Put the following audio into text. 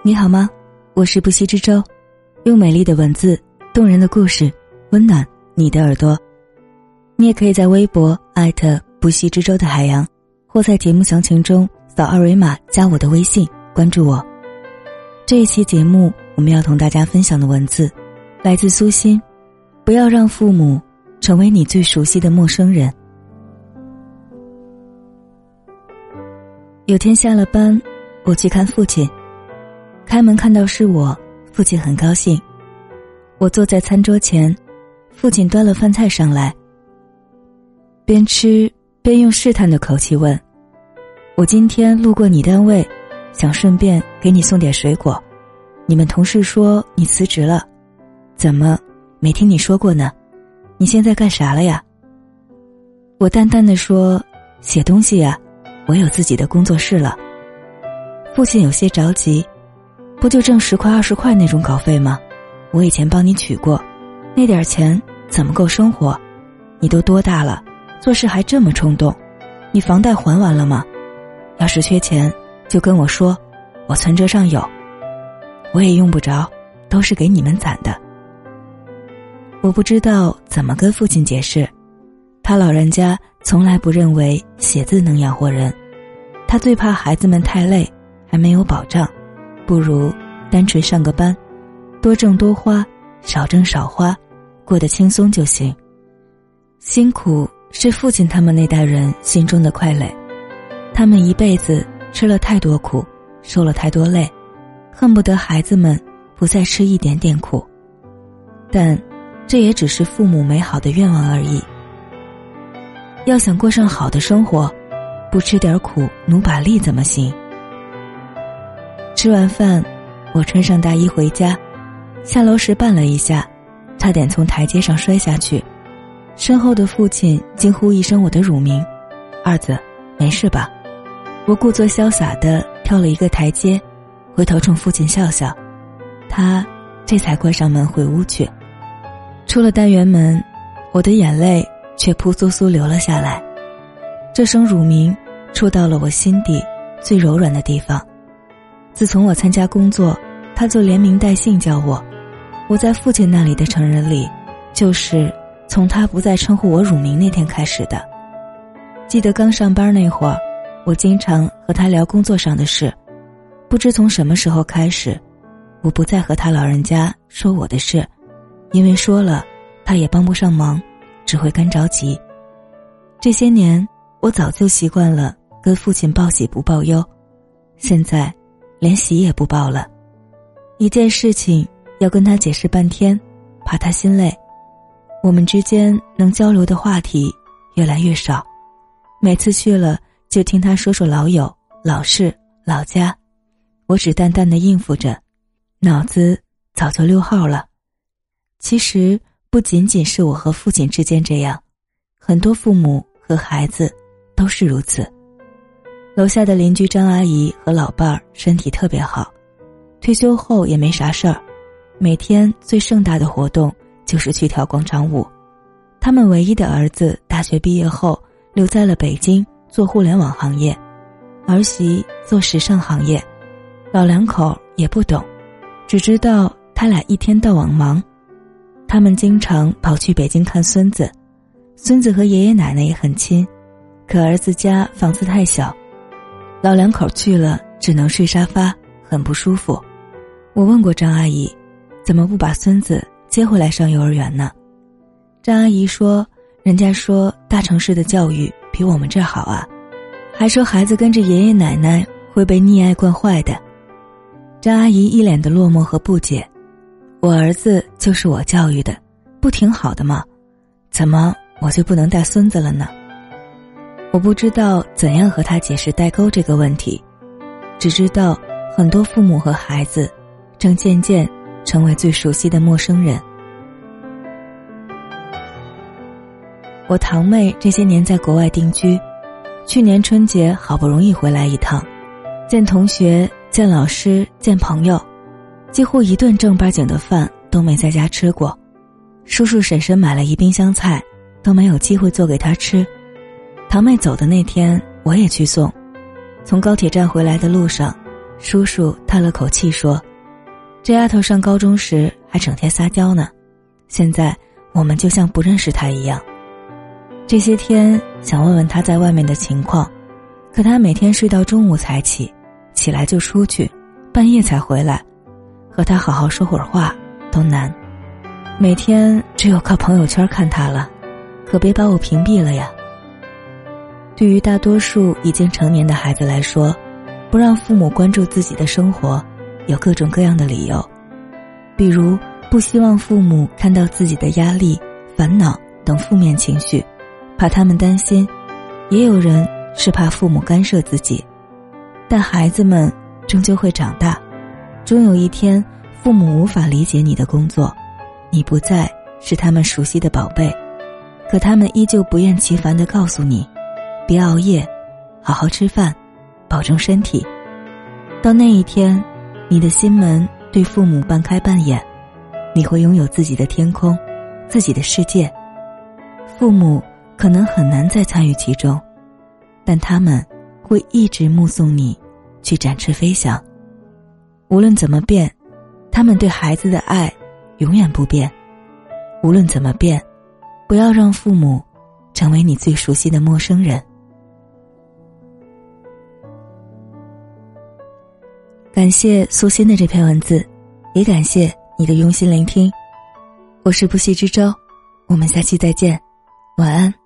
你好吗？我是不息之舟，用美丽的文字、动人的故事温暖你的耳朵。你也可以在微博不息之舟的海洋，或在节目详情中扫二维码加我的微信关注我。这一期节目我们要同大家分享的文字来自苏欣，不要让父母成为你最熟悉的陌生人。有天下了班，我去看父亲，开门看到是我，父亲很高兴。我坐在餐桌前，父亲端了饭菜上来，边吃边用试探的口气问：我今天路过你单位，想顺便给你送点水果，你们同事说你辞职了，怎么没听你说过呢？你现在干啥了呀？我淡淡地说：写东西呀，我有自己的工作室了。父亲有些着急，不就挣10块20块那种稿费吗？我以前帮你取过，那点钱怎么够生活？你都多大了，做事还这么冲动？你房贷还完了吗？要是缺钱就跟我说，我存折上有，我也用不着，都是给你们攒的。我不知道怎么跟父亲解释，他老人家从来不认为写字能养活人，他最怕孩子们太累还没有保障，不如单纯上个班，多挣多花，少挣少花，过得轻松就行。辛苦是父亲他们那代人心中的快累，他们一辈子吃了太多苦，受了太多累，恨不得孩子们不再吃一点点苦，但这也只是父母美好的愿望而已。要想过上好的生活，不吃点苦努把力怎么行？吃完饭，我穿上大衣回家，下楼时绊了一下，差点从台阶上摔下去。身后的父亲惊呼一声我的乳名：二子，没事吧？我故作潇洒地跳了一个台阶，回头冲父亲笑笑，他这才关上门回屋去。出了单元门，我的眼泪却扑簌簌流了下来。这声乳名触到了我心底最柔软的地方。自从我参加工作，他就连名带姓叫我。我在父亲那里的成人礼，就是从他不再称呼我乳名那天开始的。记得刚上班那会儿，我经常和他聊工作上的事，不知从什么时候开始，我不再和他老人家说我的事，因为说了他也帮不上忙，只会干着急。这些年我早就习惯了跟父亲报喜不报忧，现在连喜也不报了。一件事情要跟他解释半天，怕他心累，我们之间能交流的话题越来越少。每次去了就听他说说老友、老事、老家，我只淡淡地应付着，脑子早就溜号了。其实不仅仅是我和父亲之间这样，很多父母和孩子都是如此。楼下的邻居张阿姨和老伴儿身体特别好，退休后也没啥事儿，每天最盛大的活动就是去跳广场舞。他们唯一的儿子大学毕业后留在了北京做互联网行业，儿媳做时尚行业。老两口也不懂，只知道他俩一天到晚忙。他们经常跑去北京看孙子，孙子和爷爷奶奶也很亲，可儿子家房子太小，老两口去了只能睡沙发，很不舒服。我问过张阿姨，怎么不把孙子接回来上幼儿园呢？张阿姨说，人家说大城市的教育比我们这儿好啊，还说孩子跟着爷爷奶奶会被溺爱惯坏的。张阿姨一脸的落寞和不解，我儿子就是我教育的，不挺好的吗？怎么我就不能带孙子了呢？我不知道怎样和他解释代沟这个问题，只知道很多父母和孩子正渐渐成为最熟悉的陌生人。我堂妹这些年在国外定居，去年春节好不容易回来一趟，见同学、见老师、见朋友，几乎一顿正八经的饭都没在家吃过。叔叔婶婶买了一冰箱菜，都没有机会做给她吃。堂妹走的那天，我也去送。从高铁站回来的路上， 叔叔叹了口气说，这丫头上高中时还整天撒娇呢，现在我们就像不认识她一样。这些天想问问她在外面的情况，可她每天睡到中午才起，起来就出去，半夜才回来，和她好好说会儿话都难。每天只有靠朋友圈看她了，可别把我屏蔽了呀。对于大多数已经成年的孩子来说，不让父母关注自己的生活有各种各样的理由，比如不希望父母看到自己的压力、烦恼等负面情绪，怕他们担心，也有人是怕父母干涉自己。但孩子们终究会长大，终有一天父母无法理解你的工作，你不在是他们熟悉的宝贝，可他们依旧不厌其烦地告诉你，别熬夜，好好吃饭，保重身体。到那一天，你的心门对父母半开半掩，你会拥有自己的天空，自己的世界。父母可能很难再参与其中，但他们会一直目送你去展翅飞翔。无论怎么变，他们对孩子的爱永远不变。无论怎么变，不要让父母成为你最熟悉的陌生人。感谢素心的这篇文字，也感谢你的用心聆听。我是不息之舟，我们下期再见，晚安。